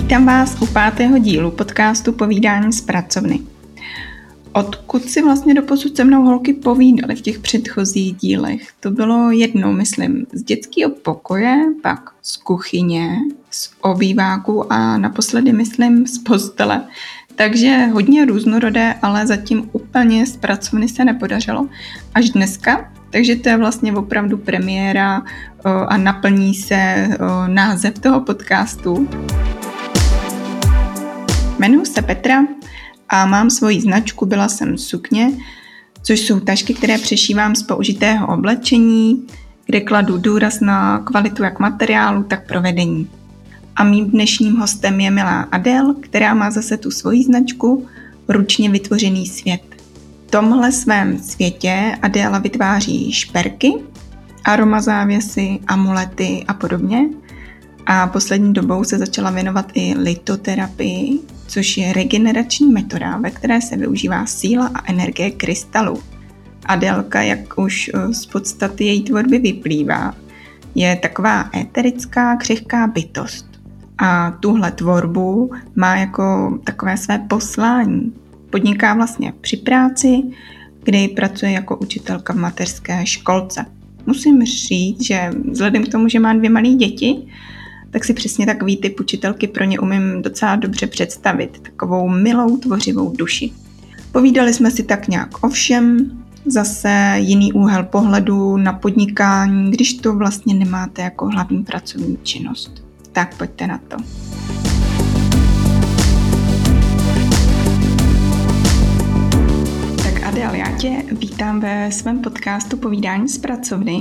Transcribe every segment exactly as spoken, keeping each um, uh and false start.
Vítám vás u pátého dílu podcastu Povídání z pracovny. Odkud si vlastně doposud se mnou holky povídaly v těch předchozích dílech? To bylo jednou, myslím, z dětského pokoje, pak z kuchyně, z obýváku a naposledy, myslím, z postele. Takže hodně různorodé, ale zatím úplně z pracovny se nepodařilo. Až dneska, takže to je vlastně opravdu premiéra a naplní se název toho podcastu. Jmenuji se Petra a mám svoji značku Byla jsem sukně, což jsou tašky, které přešívám z použitého oblečení, kde kladu důraz na kvalitu jak materiálu, tak provedení. A mým dnešním hostem je milá Adél, která má zase tu svoji značku Ručně vytvořený svět. V tomhle svém světě Adéla vytváří šperky, aromazávěsy, amulety a podobně. A poslední dobou se začala věnovat i litoterapii, což je regenerační metoda, ve které se využívá síla a energie krystalů. Adélka, jak už z podstaty její tvorby vyplývá, je taková éterická, křehká bytost. A tuhle tvorbu má jako takové své poslání. Podniká vlastně při práci, kdy pracuje jako učitelka v mateřské školce. Musím říct, že vzhledem k tomu, že mám dvě malé děti, tak si přesně takový typ učitelky pro ně umím docela dobře představit. Takovou milou, tvořivou duši. Povídali jsme si tak nějak o všem, zase jiný úhel pohledu na podnikání, když to vlastně nemáte jako hlavní pracovní činnost. Tak pojďte na to. Tak Adél, já tě vítám ve svém podcastu Povídání z pracovny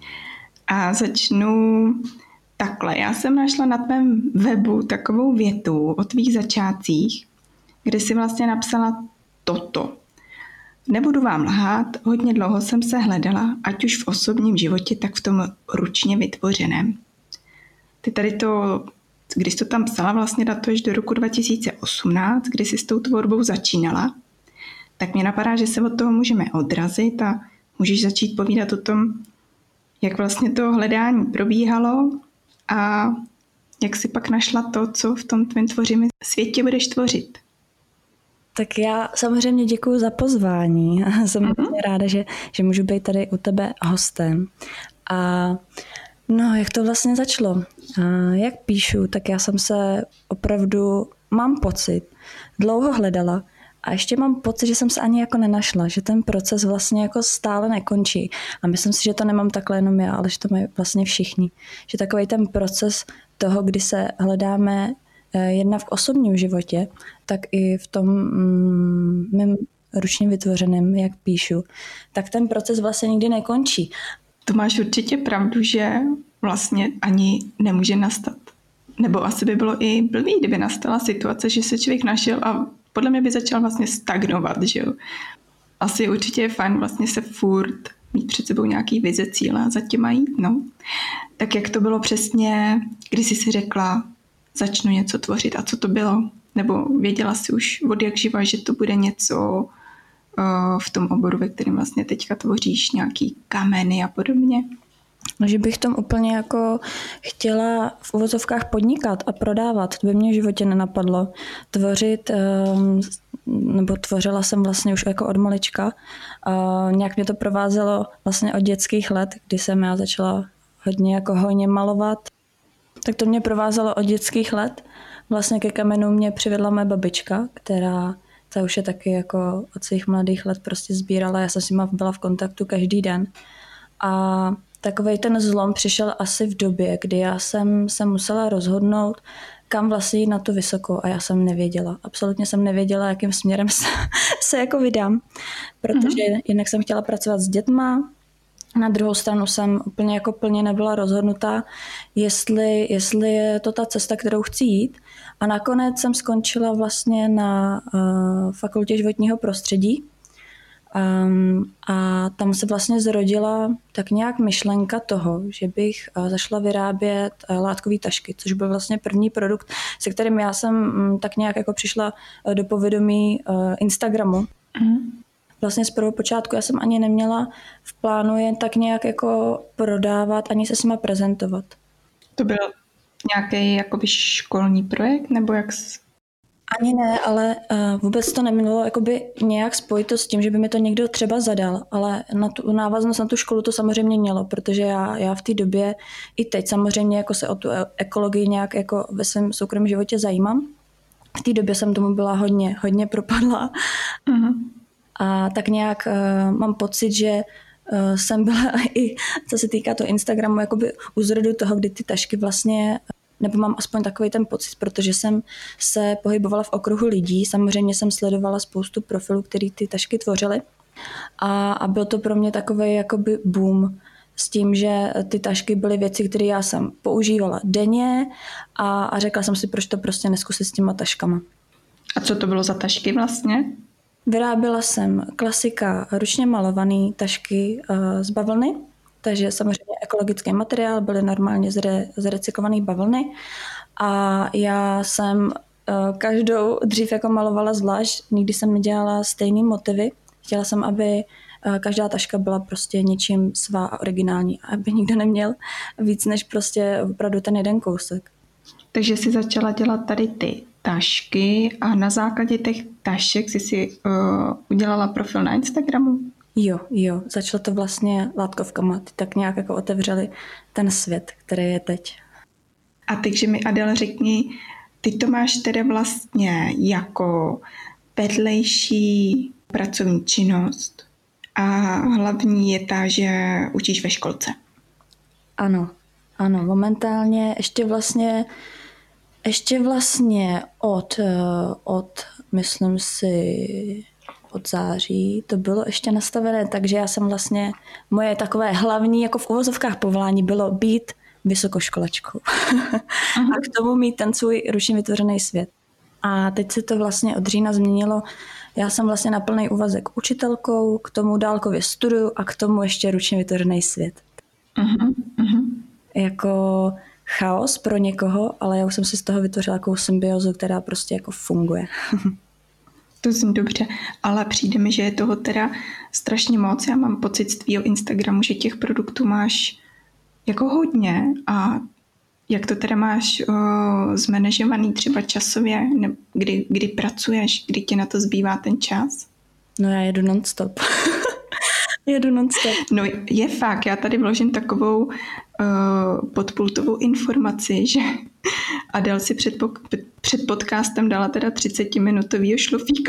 a začnu takhle. Já jsem našla na tvém webu takovou větu o tvých začátcích, kde jsi vlastně napsala toto. Nebudu vám lhát, hodně dlouho jsem se hledala, ať už v osobním životě, tak v tom ručně vytvořeném. Ty tady to, když jsi to tam psala, vlastně datuješ do roku dva tisíce osmnáct, kdy jsi s tou tvorbou začínala, tak mě napadá, že se od toho můžeme odrazit a můžeš začít povídat o tom, jak vlastně to hledání probíhalo a jak jsi pak našla to, co v tom tvém tvořivém světě budeš tvořit. Tak já samozřejmě děkuji za pozvání. Jsem mm-hmm. ráda, že, že můžu být tady u tebe hostem. A no, jak to vlastně začalo? A jak píšu, tak já jsem se opravdu, mám pocit, dlouho hledala a ještě mám pocit, že jsem se ani jako nenašla, že ten proces vlastně jako stále nekončí. A myslím si, že to nemám takhle jenom já, ale že to mají vlastně všichni. Že takový ten proces toho, kdy se hledáme jedna v osobním životě, tak i v tom mm, mém ručně vytvořeném, jak píšu, tak ten proces vlastně nikdy nekončí. To máš určitě pravdu, že vlastně ani nemůže nastat. Nebo asi by bylo i blbý, kdyby nastala situace, že se člověk našel a podle mě by začal vlastně stagnovat, že jo. Asi určitě je fajn vlastně se furt mít před sebou nějaký vize, cíle a za těma jít, no. Tak jak to bylo přesně, když jsi si řekla, začnu něco tvořit a co to bylo? Nebo věděla jsi už od jak živa, že to bude něco uh, v tom oboru, ve kterém vlastně teďka tvoříš nějaký kameny a podobně? Že bych tom úplně jako chtěla v uvozovkách podnikat a prodávat, to by mě v životě nenapadlo. Tvořit, um, nebo tvořila jsem vlastně už jako od malička. Uh, nějak mě to provázelo vlastně od dětských let, kdy jsem já začala hodně jako hojně malovat. Tak to mě provázelo od dětských let. Vlastně ke kamenu mě přivedla moje babička, která ta už je taky jako od svých mladých let prostě sbírala. Já jsem s nima byla v kontaktu každý den. A takovej ten zlom přišel asi v době, kdy já jsem se musela rozhodnout, kam vlastně jít na tu vysokou a já jsem nevěděla. Absolutně jsem nevěděla, jakým směrem se, se jako vydám. Protože mm-hmm. jinak jsem chtěla pracovat s dětma, na druhou stranu jsem úplně jako plně nebyla rozhodnutá, jestli, jestli je to ta cesta, kterou chci jít. A nakonec jsem skončila vlastně na uh, fakultě životního prostředí. Um, a tam se vlastně zrodila tak nějak myšlenka toho, že bych uh, zašla vyrábět uh, látkové tašky, což byl vlastně první produkt, se kterým já jsem um, tak nějak jako přišla uh, do povědomí uh, Instagramu. Mm. Vlastně z prvopočátku já jsem ani neměla v plánu jen tak nějak jako prodávat, ani se s nima prezentovat. To byl Nějaký jakoby školní projekt, nebo jak? S... Ani ne, ale uh, vůbec to nemělo jakoby nějak spojitost s tím, že by mi to někdo třeba zadal, ale na tu návaznost na tu školu to samozřejmě mělo, protože já, já v té době i teď samozřejmě jako se o tu ekologii nějak jako ve svém soukromém životě zajímám. V té době jsem tomu byla hodně, hodně propadla. Uh-huh. A tak nějak uh, mám pocit, že uh, jsem byla i, co se týká toho Instagramu, jakoby u zrodu toho, kdy ty tašky vlastně, nebo mám aspoň takový ten pocit, protože jsem se pohybovala v okruhu lidí, samozřejmě jsem sledovala spoustu profilů, který ty tašky tvořily a, a byl to pro mě takový jakoby boom s tím, že ty tašky byly věci, které já jsem používala denně a, a řekla jsem si, proč to prostě neskusit s těma taškama. A co to bylo za tašky vlastně? Vyráběla jsem klasika ručně malované tašky uh, z bavlny, takže samozřejmě ekologický materiál, byly normálně z, re, z recyklované bavlny a já jsem uh, každou dřív jako malovala zvlášť, nikdy jsem nedělala stejný motivy. Chtěla jsem, aby uh, každá taška byla prostě něčím svá a originální, aby nikdo neměl víc než prostě opravdu ten jeden kousek. Takže jsi začala dělat tady ty tašky a na základě těch tašek jsi si uh, udělala profil na Instagramu? Jo, jo, začalo to vlastně látkovkama, ty tak nějak jako otevřeli ten svět, který je teď. A takže mi, Adele, řekni, ty to máš teda vlastně jako vedlejší pracovní činnost a hlavní je ta, že učíš ve školce. Ano, ano, momentálně ještě vlastně ještě vlastně od, od myslím si, od září to bylo ještě nastavené, takže já jsem vlastně, moje takové hlavní jako v uvozovkách povolání bylo být vysokoškolačkou a k tomu mít ten svůj ručně vytvořený svět. A teď se to vlastně od října změnilo. Já jsem vlastně na plný úvazek učitelkou, k tomu dálkově studuju a k tomu ještě ručně vytvořený svět. Uh-huh, uh-huh. Jako chaos pro někoho, ale já už jsem si z toho vytvořila takovou symbiozu, která prostě jako funguje. To zní dobře, ale přijde mi, že je toho teda strašně moc. Já mám pocit z tvýho Instagramu, že těch produktů máš jako hodně a jak to teda máš o, zmanéžovaný třeba časově, ne, kdy, kdy pracuješ, kdy ti na to zbývá ten čas? No já jedu non-stop. jedu non-stop. No je fakt, já tady vložím takovou uh, podpultovou informaci, že Adele si před, po, před podcastem dala teda třicetiminutovýho šlofíka.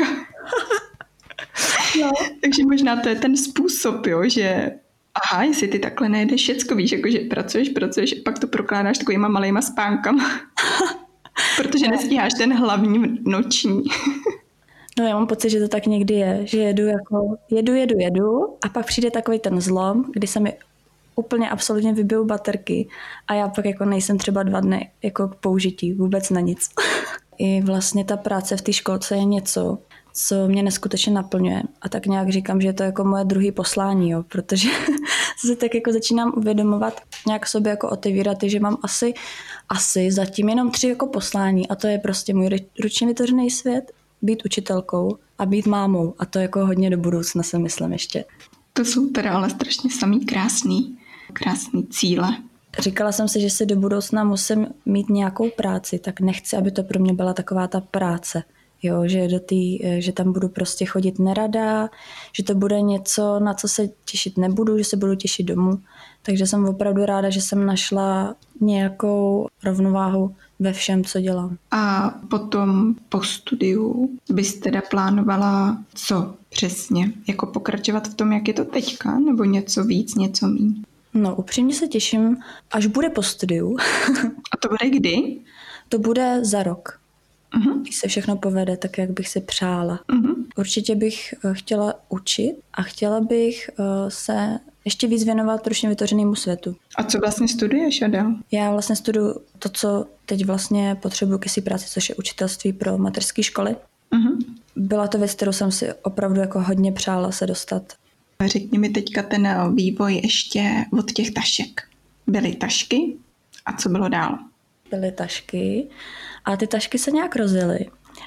No. Takže možná to je ten způsob, jo, že aha, jestli ty takhle nejedeš všecko, víš, jako že pracuješ, pracuješ, pak to prokládáš takovýma malejma spánkama, protože nestíháš ten hlavní noční. No já mám pocit, že to tak někdy je, že jedu jako, jedu, jedu, jedu a pak přijde takový ten zlom, kdy se mi úplně absolutně vybijou baterky a já pak jako nejsem třeba dva dny jako k použití, vůbec na nic. I vlastně ta práce v té školce je něco, co mě neskutečně naplňuje a tak nějak říkám, že je to jako moje druhé poslání, jo, protože se tak jako začínám uvědomovat, nějak sobě jako otevírat, že mám asi, asi zatím jenom tři jako poslání a to je prostě můj ručně vytvořený svět, být učitelkou a být mámou a to jako hodně do budoucna si myslím ještě. To jsou teda ale strašně samý krásný, krásný cíle. Říkala jsem si, že si do budoucna musím mít nějakou práci, tak nechci, aby to pro mě byla taková ta práce. Jo, že, do tý, že tam budu prostě chodit nerada, že to bude něco, na co se těšit nebudu, že se budu těšit domů. Takže jsem opravdu ráda, že jsem našla nějakou rovnováhu ve všem, co dělám. A potom po studiu bys teda plánovala co přesně? Jako pokračovat v tom, jak je to teďka? Nebo něco víc, něco míň? No, upřímně se těším, až bude po studiu. A to bude kdy? To bude za rok. Uh-huh. Když se všechno povede tak, jak bych si přála. Uh-huh. Určitě bych chtěla učit a chtěla bych se ještě víc věnovat ručně vytvořenému světu. A co vlastně studuješ, Adele? Já vlastně studuju to, co teď vlastně potřebuji ke své práci, což je učitelství pro mateřské školy. Uh-huh. Byla to věc, kterou jsem si opravdu jako hodně přála se dostat. Řekni mi teďka ten vývoj ještě od těch tašek. Byly tašky a co bylo dál? Byly tašky a ty tašky se nějak rozjely.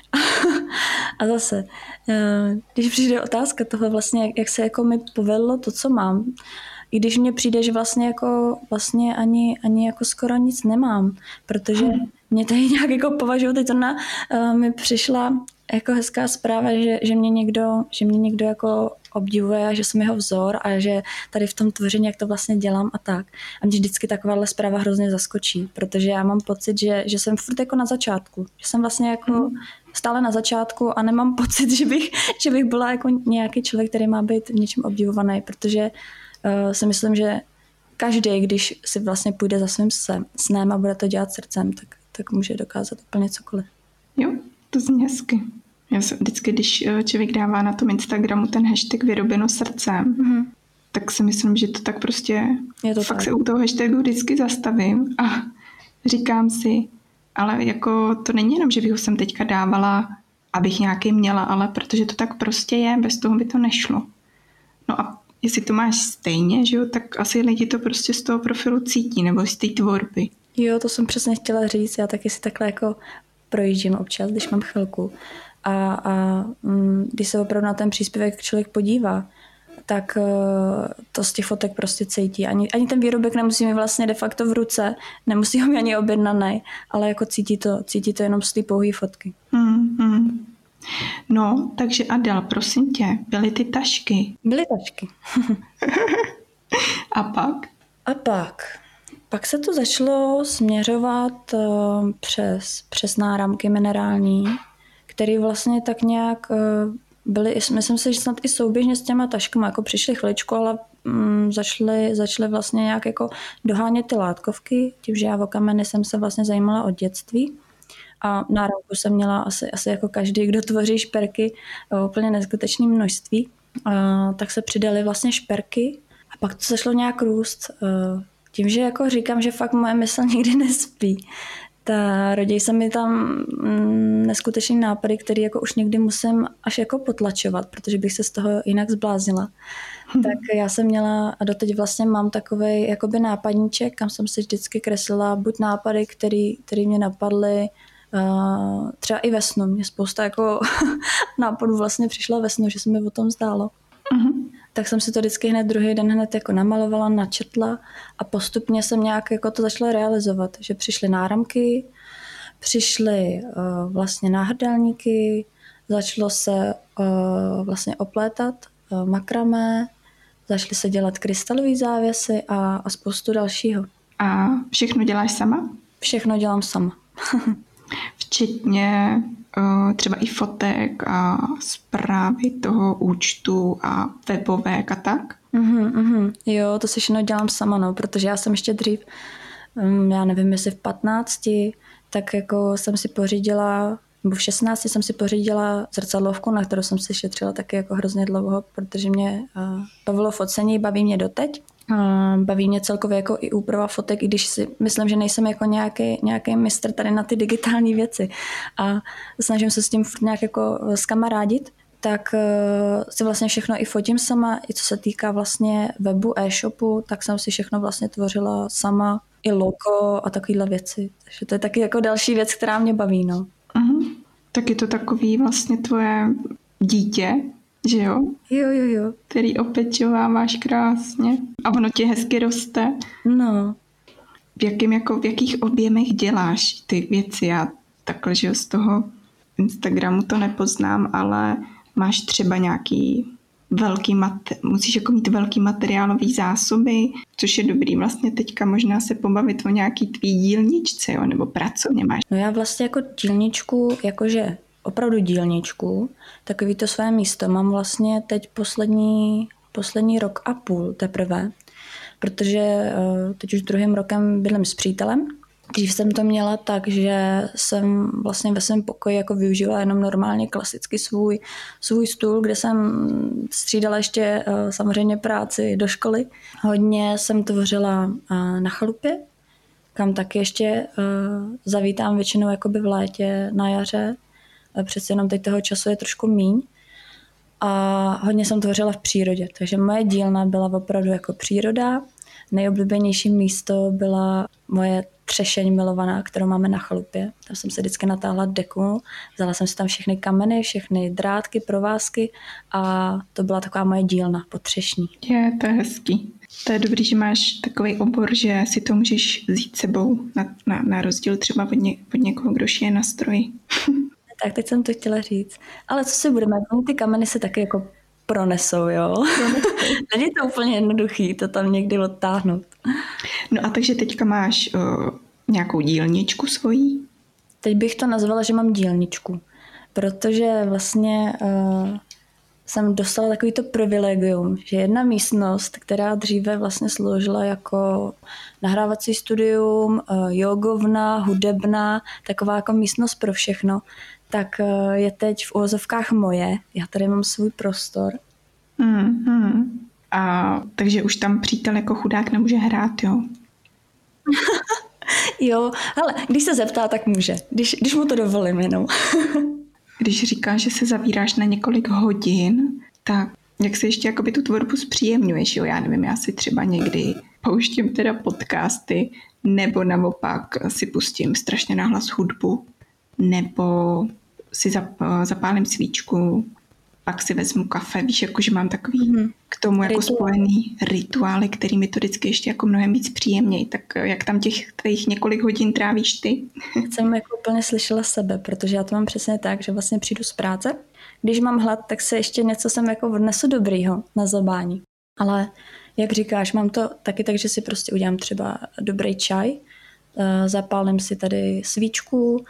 A zase, když přijde otázka toho vlastně, jak se jako mi povedlo to, co mám, I když mně přijde, že vlastně jako vlastně ani, ani jako skoro nic nemám, protože mě tady nějak jako považuji, teď to na, uh, mi přišla jako hezká zpráva, že, že, mě někdo, že mě někdo jako obdivuje a že jsem jeho vzor a že tady v tom tvoření, jak to vlastně dělám a tak. A mě vždycky takováhle zpráva hrozně zaskočí, protože já mám pocit, že, že jsem furt jako na začátku. Že jsem vlastně jako mm. stále na začátku a nemám pocit, že bych, že bych byla jako nějaký člověk, který má být něčím obdivovaný, protože uh, si myslím, že každý, když si vlastně půjde za svým snem a bude to dělat srdcem, tak, tak může dokázat úplně cokoliv. Jo, to zní hezky. Já se, vždycky, když člověk dává na tom Instagramu ten hashtag vyrobeno srdcem, mm-hmm. tak si myslím, že to tak prostě je to fakt tak. Se u toho hashtagu vždycky zastavím a říkám si, ale jako to není jenom, že bych ho sem teďka dávala, abych nějaký měla, ale protože to tak prostě je, bez toho by to nešlo. No a jestli to máš stejně, že jo, tak asi lidi to prostě z toho profilu cítí, nebo z té tvorby. Jo, to jsem přesně chtěla říct, já taky si takhle jako projíždím občas, když mám chvilku. A, a mm, když se opravdu na ten příspěvek člověk podívá, tak uh, to z těch fotek prostě cítí. Ani, ani ten výrobek nemusí mít vlastně de facto v ruce, nemusí ho mít ani objednaný, ale jako cítí to, cítí to jenom z té pouhé fotky. Hmm, hmm. No, takže Adel, prosím tě, byly ty tašky? Byly tašky. A pak? A pak? Pak se to začalo směřovat uh, přes, přes náramky minerální, které vlastně tak nějak uh, byly, myslím si, že snad i souběžně s těma taškama, jako přišly chviličku, ale um, začaly, začaly vlastně nějak jako dohánět ty látkovky, tím, že já o kameny jsem se vlastně zajímala od dětství. A náramku jsem měla asi, asi jako každý, kdo tvoří šperky, úplně neskutečné množství. Uh, tak se přidaly vlastně šperky a pak to začalo nějak růst. Uh, tím, že jako říkám, že fakt moje mysl nikdy nespí, ta rodí se mi tam mm, neskutečný nápady, který jako už někdy musím až jako potlačovat, protože bych se z toho jinak zbláznila. Hmm. Tak já jsem měla a doteď vlastně mám takovej jakoby nápadníček, kam jsem si vždycky kreslila buď nápady, který, který mě napadly, Uh, třeba i ve snu. Mě spousta jako nápadů vlastně přišla ve snu, že se mi o tom zdálo. Uh-huh. Tak jsem si to vždycky hned druhý den hned jako namalovala, načetla a postupně jsem nějak jako to začala realizovat, že přišly náramky, přišly uh, vlastně náhrdelníky, začalo se uh, vlastně oplétat uh, makramé, začaly se dělat krystalové závěsy a, a spoustu dalšího. A všechno děláš sama? Všechno dělám sama. Včetně uh, třeba i fotek a zprávy toho účtu a webovek a tak? Uh-huh, uh-huh. Jo, to si všechno dělám sama, no, protože já jsem ještě dřív, um, já nevím, jestli v patnácti, tak jako jsem si pořídila, nebo v šestnácti jsem si pořídila zrcadlovku, na kterou jsem si šetřila taky jako hrozně dlouho, protože mě uh, bavilo focení, baví mě doteď. Baví mě celkově jako i úprava fotek, i když si myslím, že nejsem jako nějaký, nějaký mistr tady na ty digitální věci a snažím se s tím furt nějak jako zkamarádit, tak uh, si vlastně všechno i fotím sama, i co se týká vlastně webu, e-shopu, tak jsem si všechno vlastně tvořila sama, i logo a takovýhle věci. Takže to je taky jako další věc, která mě baví, no. Uh-huh. Tak je to takový vlastně tvoje dítě, že jo? Jo, jo, jo. Který opečováváš krásně. A ono ti hezky roste. No. V, jakým, jako, v jakých objemech děláš ty věci? Já takhle, že z toho Instagramu to nepoznám, ale máš třeba nějaký velký mat- musíš jako mít velký materiálový zásoby, což je dobrý vlastně teďka možná se pobavit o nějaký tvý dílničce, jo? Nebo pracovně máš. No já vlastně jako dílničku, jakože opravdu dílničku, takový to své místo mám vlastně teď poslední, poslední rok a půl teprve, protože teď už druhým rokem bydlím s přítelem. Dřív jsem to měla tak, že jsem vlastně ve svém pokoji jako využila jenom normálně klasicky svůj, svůj stůl, kde jsem střídala ještě samozřejmě práci do školy. Hodně jsem tvořila na chalupě, kam taky ještě zavítám většinou jakoby v létě, na jaře. Přeci jenom teď toho času je trošku míň. A hodně jsem tvořila v přírodě, takže moje dílna byla opravdu jako příroda. Nejoblíbenější místo byla moje třešeň milovaná, kterou máme na chalupě. Tam jsem se vždycky natáhla deku, vzala jsem si tam všechny kameny, všechny drátky, provázky a to byla taková moje dílna po třešní. Je, to je hezký. To je dobrý, že máš takový obor, že si to můžeš vzít sebou na, na, na rozdíl třeba od, ně, od někoho, kdo šije na stroji. Tak, teď jsem to chtěla říct. Ale co si budeme, ty kameny se taky jako pronesou, jo? Není to úplně jednoduchý to tam někdy odtáhnout. No a takže teďka máš uh, nějakou dílničku svojí? Teď bych to nazvala, že mám dílničku, protože vlastně uh, jsem dostala takovýto privilegium, že jedna místnost, která dříve vlastně sloužila jako nahrávací studium, uh, jogovna, hudebna, taková jako místnost pro všechno, tak uh, je teď v uvozovkách moje. Já tady mám svůj prostor. Hmm, hmm. A takže už tam přítel jako chudák nemůže hrát, jo? Jo, ale když se zeptá, tak může. Když, když mu to dovolím jenom. Když říkáš, že se zavíráš na několik hodin, tak jak se ještě jakoby tu tvorbu zpříjemňuješ, jo? Já nevím, já si třeba někdy pouštím teda podcasty, nebo naopak si pustím strašně nahlas hudbu, nebo si zap- zapálím svíčku, pak si vezmu kafe, víš, jako, že mám takový mm-hmm. k tomu jako Rituál. spojený rituály, který mi to vždycky ještě jako mnohem víc příjemněji. Tak jak tam těch tvých několik hodin trávíš ty? Jsem jako úplně slyšela sebe, protože já to mám přesně tak, že vlastně přijdu z práce. Když mám hlad, tak se ještě něco sem jako odnesu dobrýho na zabání. Ale jak říkáš, mám to taky tak, že si prostě udělám třeba dobrý čaj, zapálím si tady svíčku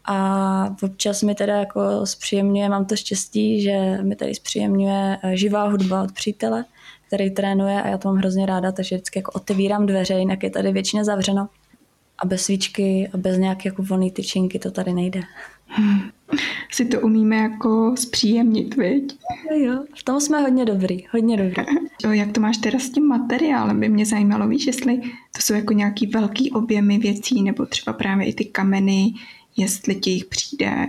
a občas mi teda jako zpříjemňuje, mám to štěstí, že mi tady zpříjemňuje živá hudba od přítele, který trénuje a já to mám hrozně ráda, takže vždycky jako otevírám dveře, jinak je tady většině zavřeno. A bez svíčky a bez nějaké jako volné tyčinky to tady nejde. Hmm. Si to umíme jako zpříjemnit, viď? Jo, jo, v tom jsme hodně dobrý, hodně dobrý. Jak to máš teda s tím materiálem, by mě zajímalo, víš, jestli to jsou jako nějaký velký objemy věcí, nebo třeba právě i ty kameny, jestli ti jich přijde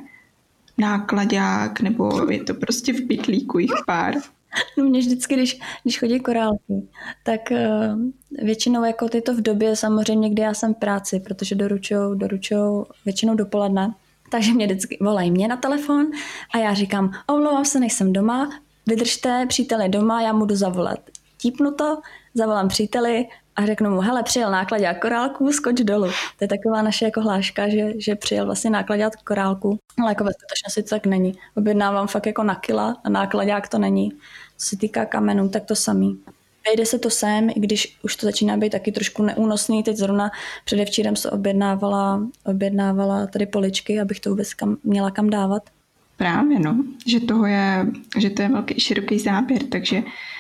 nákladák, nebo je to prostě v pytlíku jich pár. No mě vždycky, když, když chodí korálky, tak uh, většinou jako ty to v době samozřejmě, kdy já jsem v práci, protože doručujou, doručujou většinou dopoledne, takže mě vždycky volají mě na telefon a já říkám, omlouvám se, nejsem doma, vydržte, přítel je doma, já mu jdu zavolat. Típnu to, zavolám příteli a řeknu mu, hele, přijel nákladák korálků, skoč dolů. To je taková naše jako hláška, že, že přijel vlastně nákladák korálků, ale jako ve skutečnosti to tak není. Objednávám fakt jako na kila a nákladák to není. Co se týká kamenů, tak to samý. Vejde se to sem, i když už to začíná být taky trošku neúnosný. Teď zrovna předevčírem se objednávala, objednávala tady poličky, abych to vůbec kam, měla kam dávat. Právě, no. Že, toho je, že to je velký, široký záběr, takže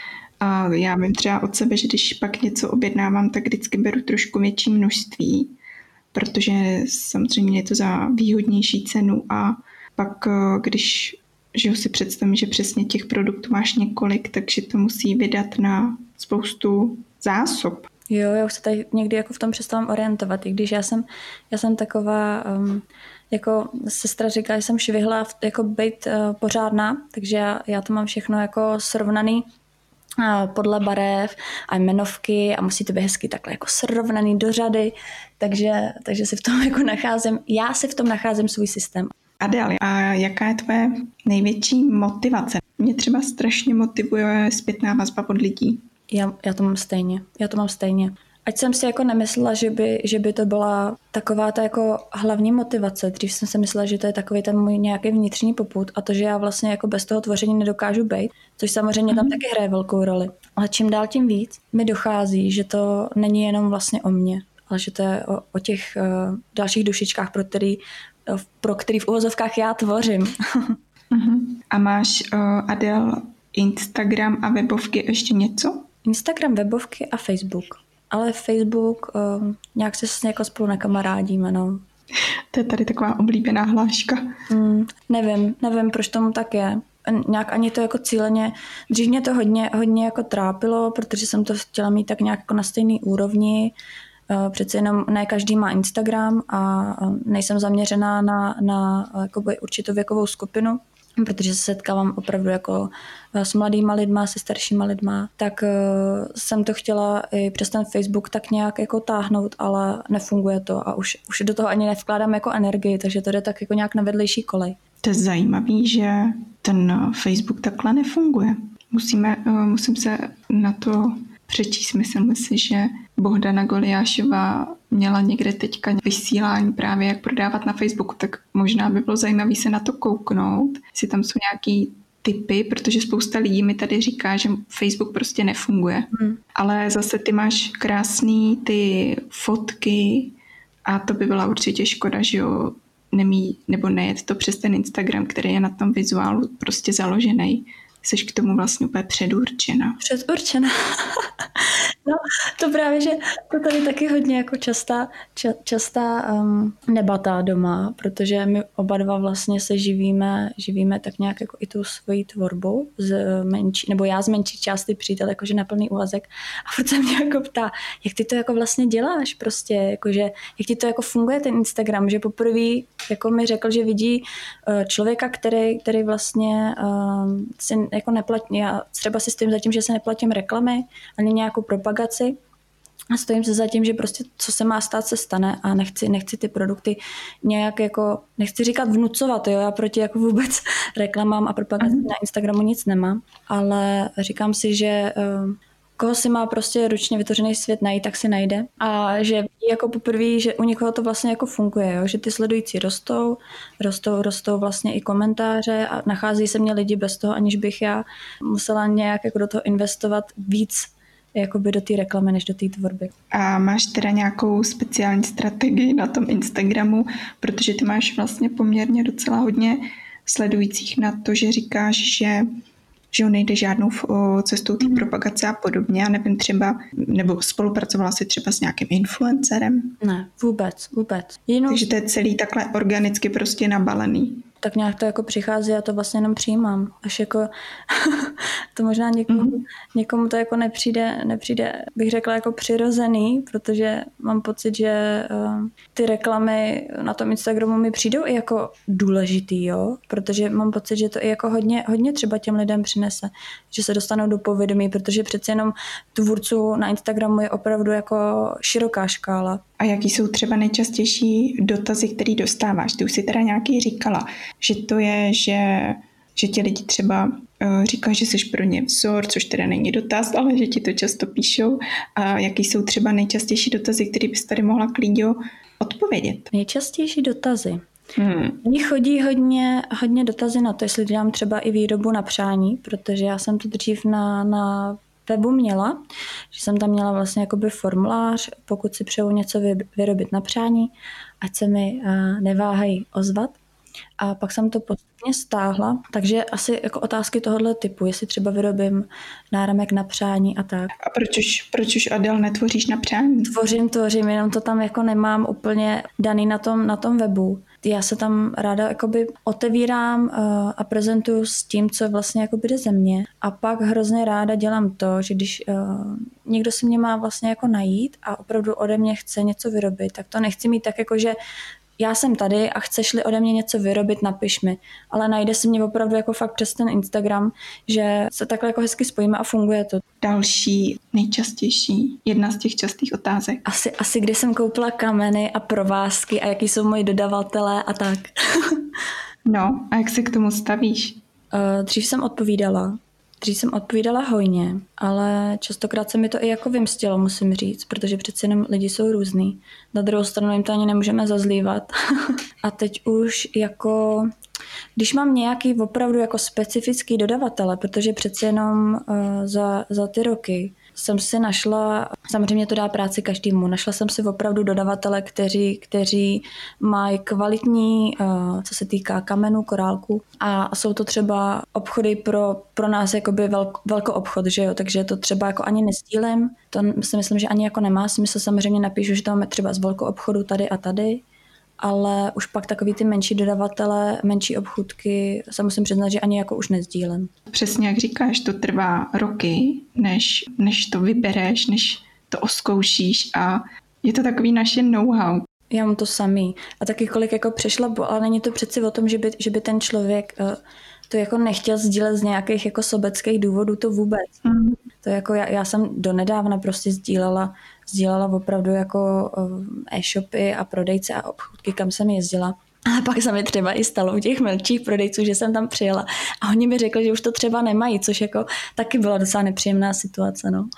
a já vím třeba od sebe, že když pak něco objednávám, tak vždycky beru trošku větší množství, protože samozřejmě je to za výhodnější cenu a pak, když že si představím, že přesně těch produktů máš několik, takže to musí vydat na spoustu zásob. Jo, já už se tady někdy jako v tom přestávám orientovat, i když já jsem, já jsem taková, um, jako sestra říká, že jsem švihla jako být uh, pořádná, takže já, já to mám všechno jako srovnaný uh, podle barev a jmenovky a musí to být hezky takhle jako srovnaný do řady, takže, takže si v tom jako nacházím, já si v tom nacházím svůj systém. Adél, a jaká je tvoje největší motivace? Mě třeba strašně motivuje zpětná vazba od lidí. Já, já to mám stejně. Já to mám stejně. Ať jsem si jako nemyslela, že by, že by to byla taková ta jako hlavní motivace. Dřív jsem si myslela, že to je takový ten můj nějaký vnitřní popud a to, že já vlastně jako bez toho tvoření nedokážu být, což samozřejmě tam mm-hmm. taky hraje velkou roli. Ale čím dál tím víc mi dochází, že to není jenom vlastně o mně, ale že to je o, o těch uh, dalších dušičkách, pro který pro který v uvozovkách já tvořím. Uh-huh. A máš, uh, Adél, Instagram a webovky ještě něco? Instagram, webovky a Facebook. Ale Facebook uh, nějak se s někoho spolu nekamarádíme, no. To je tady taková oblíbená hláška. Mm, nevím, nevím, proč tomu tak je. Nějak ani to jako cíleně, dřív mě to hodně, hodně jako trápilo, protože jsem to chtěla mít tak nějak jako na stejný úrovni. Přece jenom ne každý má Instagram a nejsem zaměřená na, na jakoby určitou věkovou skupinu, protože se setkávám opravdu jako s mladýma lidma, se staršíma lidma, tak uh, jsem to chtěla i přes ten Facebook tak nějak jako táhnout, ale nefunguje to a už, už do toho ani nevkládám jako energii, takže to jde tak jako nějak na vedlejší kolej. To je zajímavý, že ten Facebook takhle nefunguje. Musíme, uh, musím se na to přečíst. Myslím si, že Bohdana Goliášová měla někde teďka vysílání právě, jak prodávat na Facebooku, tak možná by bylo zajímavé se na to kouknout, jestli tam jsou nějaký tipy, protože spousta lidí mi tady říká, že Facebook prostě nefunguje. Hmm. Ale zase ty máš krásný ty fotky a to by byla určitě škoda, že jo, nemí, nebo nejet to přes ten Instagram, který je na tom vizuálu prostě založený. Jsi k tomu vlastně úplně předurčena. Předurčena. No, to právě, že to tady taky hodně jako častá, ča, častá um, debata doma, protože my oba dva vlastně se živíme, živíme tak nějak jako i tou svojí tvorbou, z menší, nebo já z menší části, přítel jakože na plný úvazek. A furt se mě jako ptá, jak ty to jako vlastně děláš prostě, jakože, jak ti to jako funguje ten Instagram, že poprvé jako mi řekl, že vidí uh, člověka, který, který vlastně uh, si jako neplatí, já třeba si stojím za tím, že se neplatím reklamy, ani nějakou propagaci a stojím se za tím, že prostě co se má stát, se stane a nechci, nechci ty produkty nějak jako, nechci říkat vnucovat, jo, já proti jako vůbec reklamám a propagaci na Instagramu nic nemám, ale říkám si, že uh, koho si má prostě ručně vytvořený svět najít, tak si najde. A že jako poprvé, že u někoho to vlastně jako funguje, jo? Že ty sledující rostou, rostou, rostou vlastně i komentáře a nachází se mě lidi bez toho, aniž bych já musela nějak jako do toho investovat víc jakoby do té reklamy, než do té tvorby. A máš teda nějakou speciální strategii na tom Instagramu, protože ty máš vlastně poměrně docela hodně sledujících na to, že říkáš, že že nejde žádnou cestou té propagace a podobně. Já nevím, třeba, nebo spolupracovala jsi třeba s nějakým influencerem? Ne, vůbec, vůbec. Jinou... Takže to je celý takhle organicky prostě nabalený. Tak nějak to jako přichází a to vlastně jenom přijímám. Až jako to možná někomu, mm-hmm. někomu to jako nepřijde, nepřijde, bych řekla jako přirozený, protože mám pocit, že uh, ty reklamy na tom Instagramu mi přijdou i jako důležitý, jo? Protože mám pocit, že to i jako hodně, hodně třeba těm lidem přinese, že se dostanou do povědomí, protože přeci jenom tvůrců na Instagramu je opravdu jako široká škála. A jaký jsou třeba nejčastější dotazy, které dostáváš? Ty už si teda nějaký říkala, že to je, že, že ti lidi třeba uh, říkají, že jsi pro ně vzor, což teda není dotaz, ale že ti to často píšou. A jaký jsou třeba nejčastější dotazy, které bys tady mohla klidně odpovědět? Nejčastější dotazy. Hmm. Mně chodí hodně, hodně dotazy na to, jestli dělám třeba i výrobu na přání, protože já jsem to dřív na, na webu měla, že jsem tam měla vlastně jakoby formulář, pokud si přeju něco vyrobit na přání, ať se mi uh, neváhají ozvat. A pak jsem to postupně stáhla, takže asi jako otázky tohohle typu, jestli třeba vyrobím náramek na přání a tak. A proč už, proč už Adel netvoříš na přání? Tvořím, tvořím, jenom to tam jako nemám úplně daný na tom, na tom webu. Já se tam ráda jakoby otevírám uh, a prezentuju s tím, co vlastně jakoby jde ze mě. A pak hrozně ráda dělám to, že když uh, někdo si mě má vlastně jako najít a opravdu ode mě chce něco vyrobit, tak to nechci mít tak jako, že já jsem tady a chceš-li ode mě něco vyrobit, napiš mi. Ale najde si mě opravdu jako fakt přes ten Instagram, že se takhle jako hezky spojíme a funguje to. Další, nejčastější, jedna z těch častých otázek. Asi, asi kdy jsem koupila kameny a provázky a jaký jsou moji dodavatelé a tak. No, a jak se k tomu stavíš? Uh, dřív jsem odpovídala. Dřív jsem odpovídala hojně, ale častokrát se mi to i jako vymstilo, musím říct, protože přece jenom lidi jsou různý. Na druhou stranu jim to ani nemůžeme zazlívat. A teď už jako, když mám nějaký opravdu jako specifický dodavatele, protože přece jenom uh, za, za ty roky jsem si našla, samozřejmě to dá práci každému, našla jsem si opravdu dodavatele, kteří, kteří mají kvalitní, co se týká kamenů, korálku a jsou to třeba obchody pro, pro nás jakoby velk, velkou obchod, že jo, takže to třeba jako ani nesdílím, to si myslím, že ani jako nemá smysl, samozřejmě napíšu, že to máme třeba z velkou obchodu tady a tady, ale už pak takový ty menší dodavatele, menší obchůdky se musím přiznat, že ani jako už nesdílím. Přesně jak říkáš, to trvá roky, než, než to vybereš, než to oskoušíš a je to takový naše know-how. Já mám to samý. A taky kolik jako přešla, ale není to přeci o tom, že by, že by ten člověk uh, to jako nechtěl sdílet z nějakých jako sobeckých důvodů, to vůbec. Mm. To jako já, já jsem donedávna prostě sdílela, sdílela opravdu jako uh, e-shopy a prodejce a obchůdky, kam jsem jezdila. Ale pak se mi třeba i stalo u těch menších prodejců, že jsem tam přijela a oni mi řekli, že už to třeba nemají, což jako taky byla docela nepříjemná situace, no.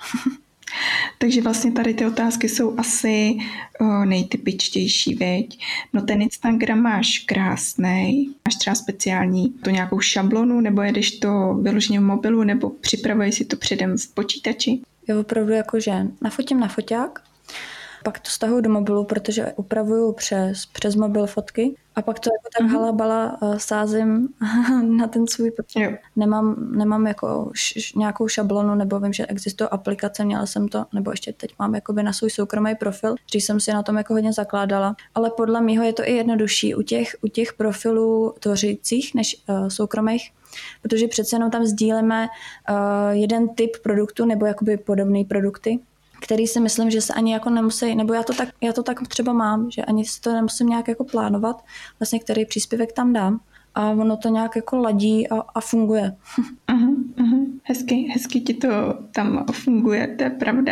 Takže vlastně tady ty otázky jsou asi o, nejtypičtější, veď? No ten Instagram máš krásnej, máš třeba speciální to nějakou šablonu, nebo jedeš to vyloženě v mobilu, nebo připravuješ si to předem v počítači? Já opravdu jakože nafotím na foťák, pak to stahuju do mobilu, protože upravuju přes, přes mobil fotky a pak to jako tak mm-hmm. halabala uh, sázím na ten svůj profil. Nemám, nemám jako š, nějakou šablonu, nebo vím, že existuje aplikace, měla jsem to, nebo ještě teď mám jakoby na svůj soukromý profil, že jsem si na tom jako hodně zakládala, ale podle mýho je to i jednodušší u těch, u těch profilů tvořících než uh, soukromých, protože přece jenom tam sdílíme uh, jeden typ produktu nebo jakoby podobné produkty, který si myslím, že se ani jako nemusí, nebo já to tak, já to tak třeba mám, že ani si to nemusím nějak jako plánovat, vlastně který příspěvek tam dám a ono to nějak jako ladí a, a funguje. Uh-huh, uh-huh. Hezky, hezky ti to tam funguje, to je pravda.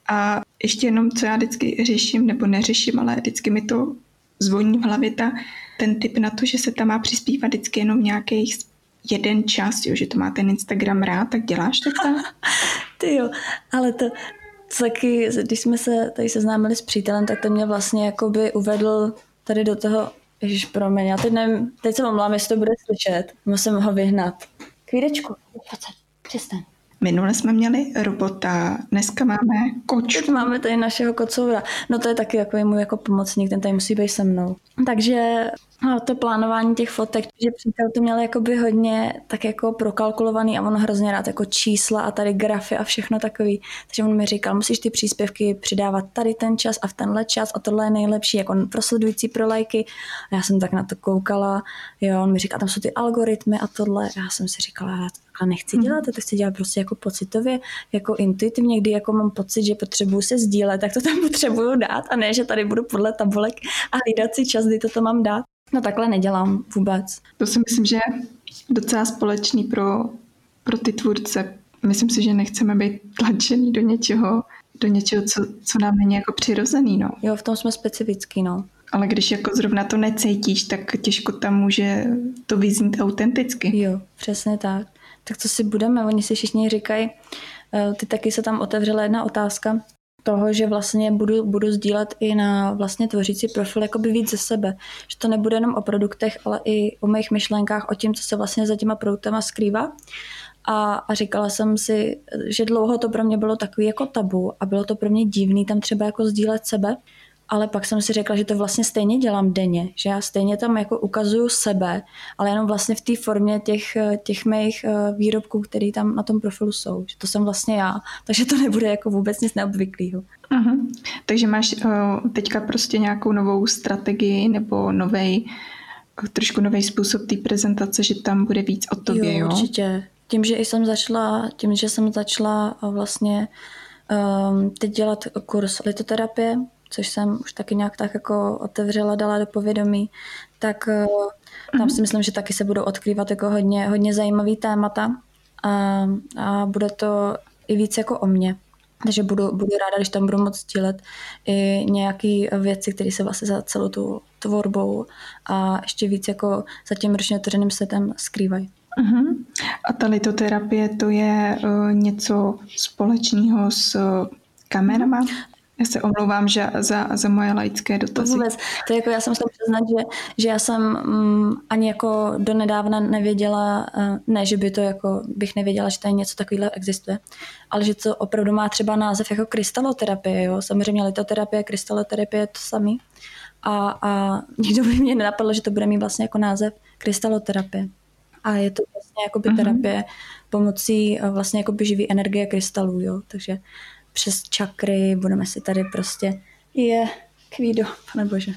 A ještě jenom, co já vždycky řeším, nebo neřeším, ale vždycky mi to zvoní v hlavě ta, ten tip na to, že se tam má přispívat vždycky jenom nějakých jeden čas, jo, že to má ten Instagram rád, tak děláš to tam? Ty jo, ale to taky, když jsme se tady seznámili s přítelem, tak to mě vlastně jakoby uvedl tady do toho, ježiš, promiň, já teď nevím, teď se omlám, jestli to bude slyšet, musím ho vyhnat. Kvídečku, pojď se, přestaň. Minule jsme měli robota, dneska máme kočku. Teď máme tady našeho kocoura. No to je taky jako můj jako pomocník, ten tady musí být se mnou. Takže no, to plánování těch fotek, že přítel to měl jakoby hodně tak jako prokalkulovaný a on hrozně rád jako čísla a tady grafy a všechno takový. Takže on mi říkal, musíš ty příspěvky přidávat tady ten čas a v tenhle čas a tohle je nejlepší, jako prosledující pro lajky. A já jsem tak na to koukala, jo, on mi říkal, tam jsou ty algoritmy a tohle. A já jsem si říkala, já to takhle nechci dělat, já to chci dělat prostě jako pocitově, jako intuitivně, kdy jako mám pocit, že potřebuju se sdílet, tak to tam potřebuju dát a ne, že tady budu podle tabulek a hlídat si čas, kdy to, to mám dát. No takhle nedělám vůbec. To si myslím, že je docela společný pro, pro ty tvůrce. Myslím si, že nechceme být tlačený do něčeho, do něčeho, co, co nám není jako přirozený, no. Jo, v tom jsme specifický, no. Ale když jako zrovna to necítíš, tak těžko tam může to vyznít autenticky. Jo, přesně tak. Tak co si budeme? Oni si všichni říkají, ty taky se tam otevřela jedna otázka, toho, že vlastně budu, budu sdílet i na vlastně tvořící profil jakoby víc ze sebe. Že to nebude jenom o produktech, ale i o mých myšlenkách, o tím, co se vlastně za těma produktama skrývá. A, a říkala jsem si, že dlouho to pro mě bylo takový jako tabu a bylo to pro mě divný tam třeba jako sdílet sebe. Ale pak jsem si řekla, že to vlastně stejně dělám denně, že já stejně tam jako ukazuju sebe, ale jenom vlastně v té formě těch, těch mých výrobků, které tam na tom profilu jsou. Že to jsem vlastně já, takže to nebude jako vůbec nic neobvyklého. Uh-huh. Takže máš uh, teďka prostě nějakou novou strategii nebo novej, trošku nový způsob té prezentace, že tam bude víc o tobě, jo? Jo, určitě. Tím, že jsem začala, tím, že jsem začala vlastně um, teď dělat kurz litoterapie, což jsem už taky nějak tak jako otevřela, dala do povědomí, tak uh, tam si myslím, že taky se budou odkrývat jako hodně, hodně zajímavý témata a, a bude to i víc jako o mně. Takže budu, budu ráda, když tam budu moct sdílet i nějaké věci, které se vlastně za celou tu tvorbou a ještě víc jako za tím ročně otevřeným setem skrývají. Uh-huh. A ta litoterapie, to je uh, něco společného s uh, kamerama? Já se omlouvám že za, za moje laické dotazy. Vůbec. To je jako, já jsem se přiznat, že, že já jsem mm, ani jako donedávna nevěděla, uh, ne, že by to jako bych nevěděla, že tady něco takového existuje, ale že to opravdu má třeba název jako krystaloterapie. Jo? Samozřejmě litoterapie, krystaloterapie je to samý. A, a nikdo by mě nenapadlo, že to bude mít vlastně jako název krystaloterapie. A je to vlastně jakoby terapie pomocí vlastně jakoby živý energie krystalů, jo, takže přes čakry budeme si tady prostě je kvído, pane bože.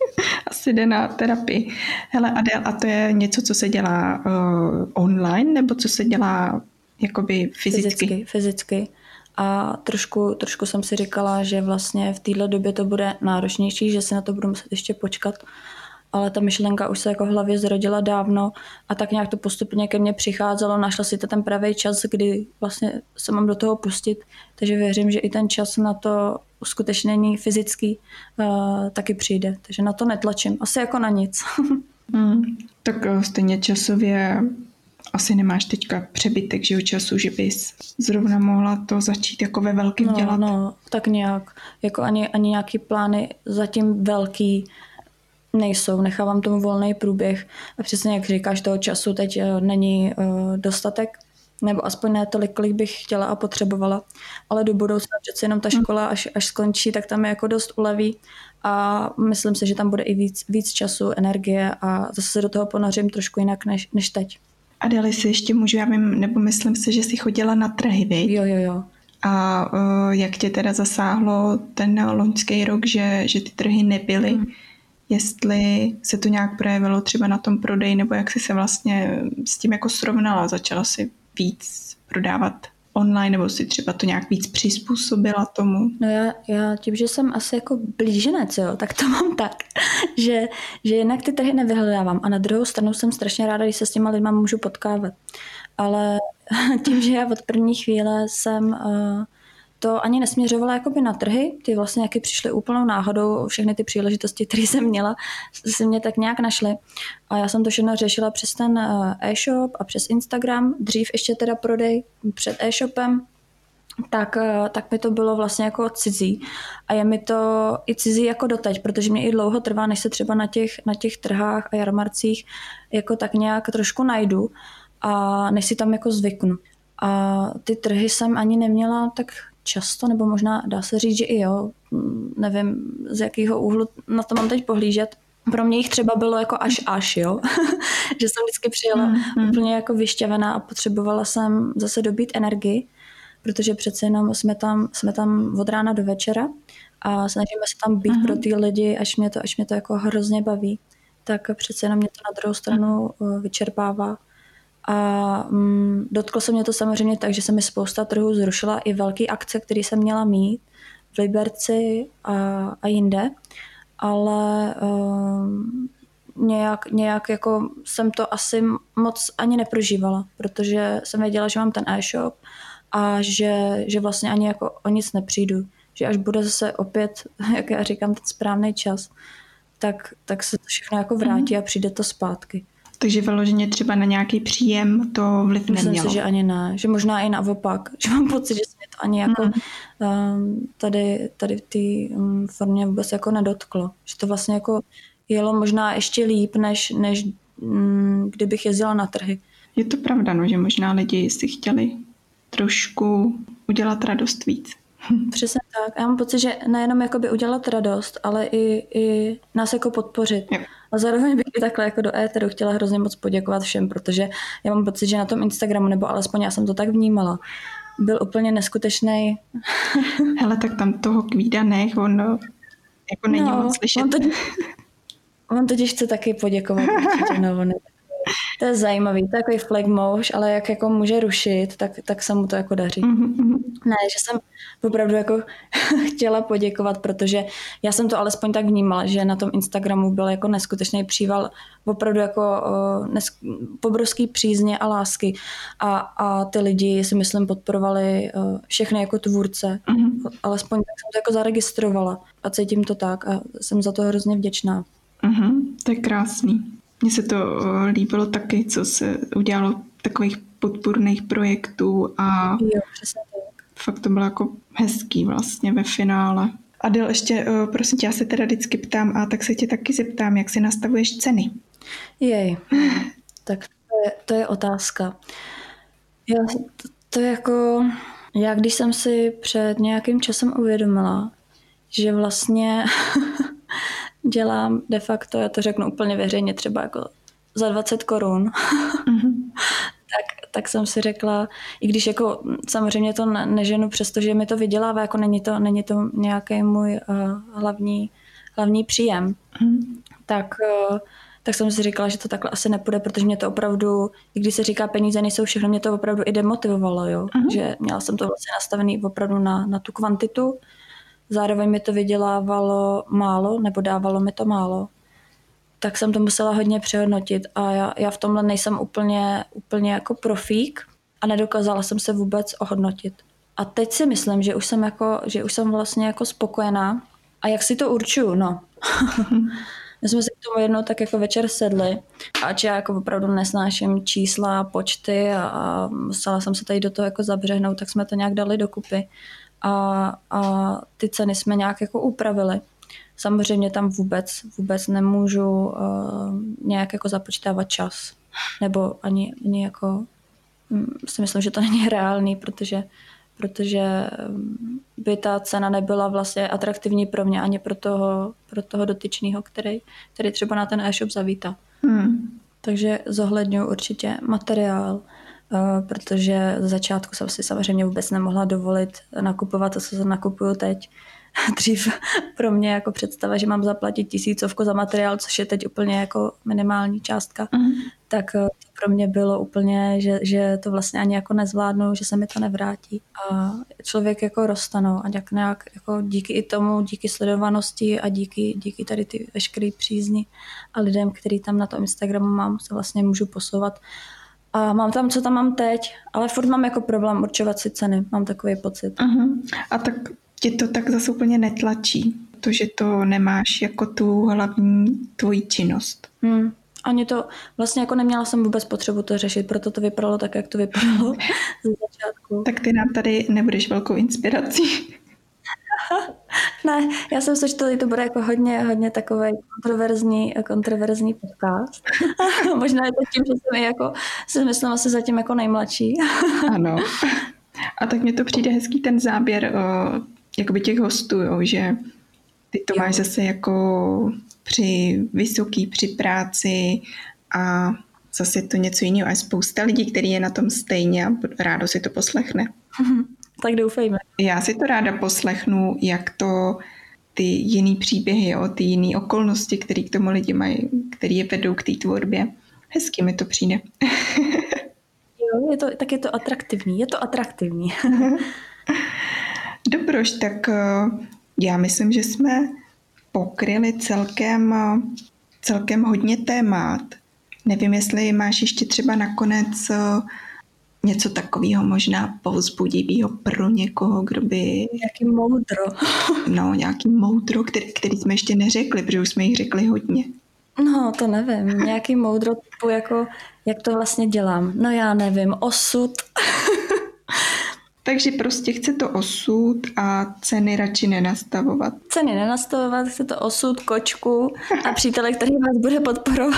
Asi jde na terapii. Hele Adél, a to je něco, co se dělá uh, online, nebo co se dělá jakoby fyzicky? Fyzicky, fyzicky. a trošku, trošku jsem si říkala, že vlastně v téhle době to bude náročnější, že si na to budu muset ještě počkat, ale ta myšlenka už se jako v hlavě zrodila dávno a tak nějak to postupně ke mně přicházelo, našla si to ten pravý čas, kdy vlastně se mám do toho pustit, takže věřím, že i ten čas na to uskutečnění fyzický uh, taky přijde, takže na to netlačím, asi jako na nic. Hmm, tak stejně časově asi nemáš teďka přebytek, že času, že bys zrovna mohla to začít jako ve velkým no, dělat. No, tak nějak, jako ani, ani nějaký plány zatím velký nejsou, nechávám tomu volný průběh a přesně jak říkáš, toho času teď není uh, dostatek, nebo aspoň ne tolik, kolik bych chtěla a potřebovala, ale do budoucna přece jenom ta škola, až, až skončí, tak tam je jako dost uleví a myslím si, že tam bude i víc, víc času, energie a zase se do toho ponořím trošku jinak než, než teď. Adéli, si ještě můžu, já vím, nebo myslím si, že jsi chodila na trhy, viď? Jo, jo, jo. A uh, jak tě teda zasáhlo ten loňský rok, že, že ty trhy nebyly? Hmm. Jestli se to nějak projevilo třeba na tom prodeji, nebo jak jsi se vlastně s tím jako srovnala? Začala si víc prodávat online, nebo si třeba to nějak víc přizpůsobila tomu? No já, já tím, že jsem asi jako blíženec, jo, tak to mám tak, že, že jednak ty trhy nevyhledávám a na druhou stranu jsem strašně ráda, když se s těma lidma můžu potkávat. Ale tím, že já od první chvíle jsem uh, to ani nesměřovala jakoby na trhy, ty vlastně jaké přišly úplnou náhodou, všechny ty příležitosti, které jsem měla, se mě tak nějak našly. A já jsem to všechno řešila přes ten e-shop a přes Instagram, dřív ještě teda prodej před e-shopem, tak, tak mi to bylo vlastně jako cizí. A je mi to i cizí jako doteď, protože mě i dlouho trvá, než se třeba na těch, na těch trhách a jarmarcích jako tak nějak trošku najdu a než si tam jako zvyknu. A ty trhy jsem ani neměla tak často, nebo možná dá se říct, že i jo, nevím, z jakého úhlu na to mám teď pohlížet. Pro mě jich třeba bylo jako až až, jo, že jsem vždycky přijela mm-hmm. úplně jako vyšťavená a potřebovala jsem zase dobít energii, protože přece jenom jsme tam, jsme tam od rána do večera a snažíme se tam být mm-hmm. pro ty lidi, až mě to, až mě to jako hrozně baví, tak přece jenom mě to na druhou stranu vyčerpává. A mm, dotklo se mě to samozřejmě tak, že se mi spousta trhů zrušila i velký akce, které jsem měla mít v Liberci a, a jinde, ale um, nějak, nějak jako jsem to asi moc ani neprožívala, protože jsem věděla, že mám ten e-shop a že, že vlastně ani jako o nic nepřijdu, že až bude zase opět, jak já říkám, ten správný čas, tak, tak se to všechno jako vrátí a přijde to zpátky. Takže vyloženě třeba na nějaký příjem to vliv nemělo. Myslím si, že ani ne. Že možná i naopak. Že mám pocit, že se mě to ani jako mm. um, tady, tady v té um, formě vůbec jako nedotklo. Že to vlastně jako jelo možná ještě líp, než, než um, kdybych jezdila na trhy. Je to pravda, no, že možná lidi si chtěli trošku udělat radost víc. Přesně tak. Já mám pocit, že nejenom jakoby udělat radost, ale i, i nás jako podpořit. Jo. A zároveň bych i takhle jako do éteru chtěla hrozně moc poděkovat všem, protože já mám pocit, že na tom Instagramu, nebo alespoň já jsem to tak vnímala, byl úplně neskutečný. Hele, tak tam toho kvídaných, on jako není no, moc slyšet. On totiž, on totiž chce taky poděkovat určitě, no, on je to je zajímavý, to je takový flagmouš, ale jak jako může rušit, tak, tak se mu to jako daří. Mm-hmm. Ne, že jsem opravdu jako chtěla poděkovat, protože já jsem to alespoň tak vnímala, že na tom Instagramu byl jako neskutečný příval opravdu jako uh, nesk- obrovský přízně a lásky a, a ty lidi si myslím podporovali uh, všechny jako tvůrce. Mm-hmm. Alespoň tak jsem to jako zaregistrovala a cítím to tak a jsem za to hrozně vděčná. Mm-hmm. To je krásný. Mně se to líbilo taky, co se udělalo takových podpůrných projektů a jo, přesně tak. Fakt to bylo jako hezký vlastně ve finále. Adel, ještě prosím tě, já se teda vždycky ptám a tak se tě taky zeptám, jak si nastavuješ ceny? Jej, tak to je, to je otázka. Já, to, to je jako, já když jsem si před nějakým časem uvědomila, že vlastně dělám de facto, já to řeknu úplně veřejně, třeba jako za dvacet korun, mm-hmm. tak, tak jsem si řekla, i když jako samozřejmě to ne, neženu, přestože mi to vydělává, jako není to, není to nějaký můj uh, hlavní, hlavní příjem, mm-hmm. tak, uh, tak jsem si říkala, že to takhle asi nepůjde, protože mě to opravdu, i když se říká peníze nejsou všechno, mě to opravdu i demotivovalo, jo. Uh-huh. Že měla jsem to vlastně nastavený opravdu na, na tu kvantitu, zároveň mi to vydělávalo málo, nebo dávalo mi to málo. Tak jsem to musela hodně přehodnotit a já, já v tomhle nejsem úplně, úplně jako profík a nedokázala jsem se vůbec ohodnotit. A teď si myslím, že už jsem, jako, že už jsem vlastně jako spokojená. A jak si to určuju? No. My jsme si k tomu jednou tak jako večer sedli, ač já jako opravdu nesnáším čísla, počty a, a musela jsem se tady do toho jako zabřehnout, tak jsme to nějak dali dokupy a, a ty ceny jsme nějak jako upravili. Samozřejmě tam vůbec, vůbec nemůžu uh, nějak jako započítávat čas. Nebo ani, ani jako um, si myslím, že to není reálný, protože, protože by ta cena nebyla vlastně atraktivní pro mě ani pro toho, pro toho dotyčného, který, který třeba na ten e-shop zavítá. Hmm. Takže zohledňuji určitě materiál, uh, protože z začátku jsem si samozřejmě vůbec nemohla dovolit nakupovat to, co se nakupuju teď. Dřív pro mě jako představa, že mám zaplatit tisícovku za materiál, což je teď úplně jako minimální částka, mm. tak to pro mě bylo úplně, že, že to vlastně ani jako nezvládnu, že se mi to nevrátí. A člověk jako rostanou a nějak, nějak jako díky i tomu, díky sledovanosti a díky, díky tady ty veškerý přízni a lidem, který tam na tom Instagramu mám, se vlastně můžu posouvat. A mám tam, co tam mám teď, ale furt mám jako problém určovat si ceny, mám takový pocit. Uh-huh. A tak tě to tak zase úplně netlačí, to, že to nemáš jako tu hlavní tvoji činnost. Hmm. Ani to, vlastně jako neměla jsem vůbec potřebu to řešit, proto to vypadalo tak, jak to vypadalo ze začátku. Tak ty nám tady nebudeš velkou inspirací. Ne, já jsem si, že to, to bude jako hodně, hodně takový kontroverzní, kontroverzní podcast. Možná je to tím, že jsem jako, si myslím asi zatím jako nejmladší. Ano. A tak mně to přijde hezký ten záběr o, jakoby těch hostů, jo, že ty to jo. máš zase jako při vysoký, při práci a zase je to něco jiného. A je spousta lidí, který je na tom stejně a rádo si to poslechne. Tak doufejme. Já si to ráda poslechnu, jak to ty jiný příběhy, jo, ty jiný okolnosti, které k tomu lidi mají, který je vedou k té tvorbě. Hezky mi to přijde. Jo, je to, tak je to atraktivní. Je to atraktivní. Dobroš, tak já myslím, že jsme pokryli celkem, celkem hodně témat. Nevím, jestli máš ještě třeba nakonec něco takového možná povzbudivého pro někoho, kdo by... Nějaký moudro. No, nějaký moudro, který, který jsme ještě neřekli, protože už jsme jich řekli hodně. No, to nevím. Nějaký moudro typu jako, jak to vlastně dělám. No já nevím, osud. Takže prostě chce to osud a ceny radši nenastavovat. Ceny nenastavovat, chce to osud, kočku a přítele, který vás bude podporovat.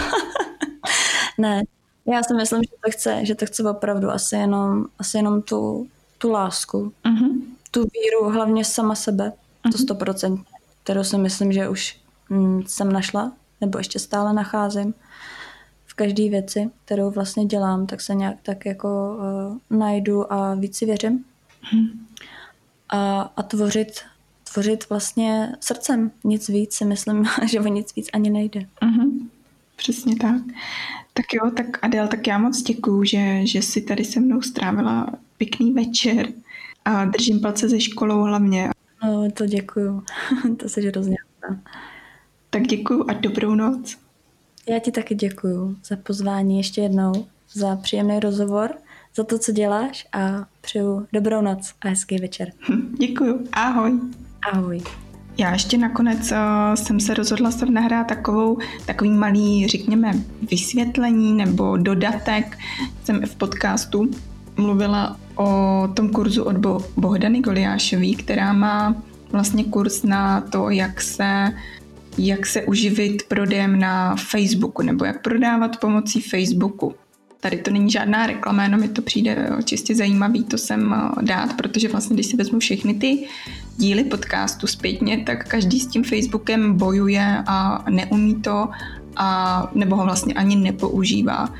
Ne, já si myslím, že to chce, že to chce opravdu asi jenom, asi jenom tu, tu lásku, uh-huh. tu víru, hlavně sama sebe, uh-huh. to sto procent, kterou si myslím, že už hm, jsem našla, nebo ještě stále nacházím v každé věci, kterou vlastně dělám, tak se nějak tak jako uh, najdu a víc si věřím. Uh-huh. A, a tvořit, tvořit vlastně srdcem, nic víc si myslím, že o nic víc ani nejde. Uh-huh. Přesně tak. Tak jo, tak Adél, tak já moc děkuju, že, že jsi tady se mnou strávila pěkný večer a držím palce ze školou hlavně. No, to děkuju. To jsi hrozně. Tak děkuju a dobrou noc. Já ti taky děkuju za pozvání ještě jednou, za příjemný rozhovor, za to, co děláš a přeju dobrou noc a hezký večer. Děkuju. Ahoj. Ahoj. Já ještě nakonec uh, jsem se rozhodla sem nahrát takovou, takový malý, řekněme, vysvětlení nebo dodatek. Jsem v podcastu mluvila o tom kurzu od Bo- Bohdany Goliášové, která má vlastně kurz na to, jak se, jak se uživit prodejem na Facebooku nebo jak prodávat pomocí Facebooku. Tady to není žádná reklama, jenom mi to přijde čistě zajímavý to sem dát, protože vlastně, když si vezmu všechny ty díly podcastu zpětně, tak každý s tím Facebookem bojuje a neumí to, a, nebo ho vlastně ani nepoužívá.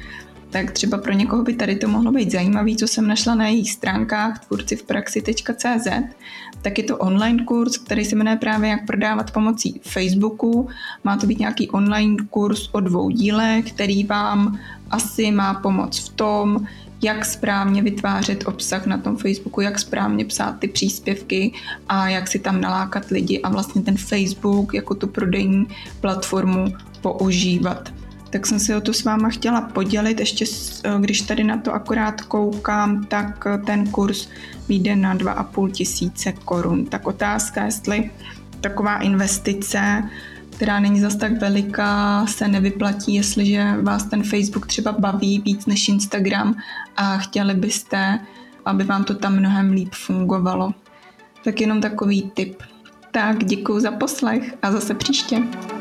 tak třeba pro někoho by tady to mohlo být zajímavý, co jsem našla na jejich stránkách tvůrci v praxi tečka cé zet. Tak je to online kurz, který se jmenuje právě jak prodávat pomocí Facebooku. Má to být nějaký online kurz o dvou dílech, který vám asi má pomoct v tom, jak správně vytvářet obsah na tom Facebooku, jak správně psát ty příspěvky a jak si tam nalákat lidi a vlastně ten Facebook jako tu prodejní platformu používat. Tak jsem si o to s váma chtěla podělit, ještě když tady na to akorát koukám, tak ten kurz vyjde na dva a půl tisíce korun. Tak otázka, jestli taková investice, která není zas tak veliká, se nevyplatí, jestliže vás ten Facebook třeba baví víc než Instagram a chtěli byste, aby vám to tam mnohem líp fungovalo. Tak jenom takový tip. Tak děkuju za poslech a zase příště.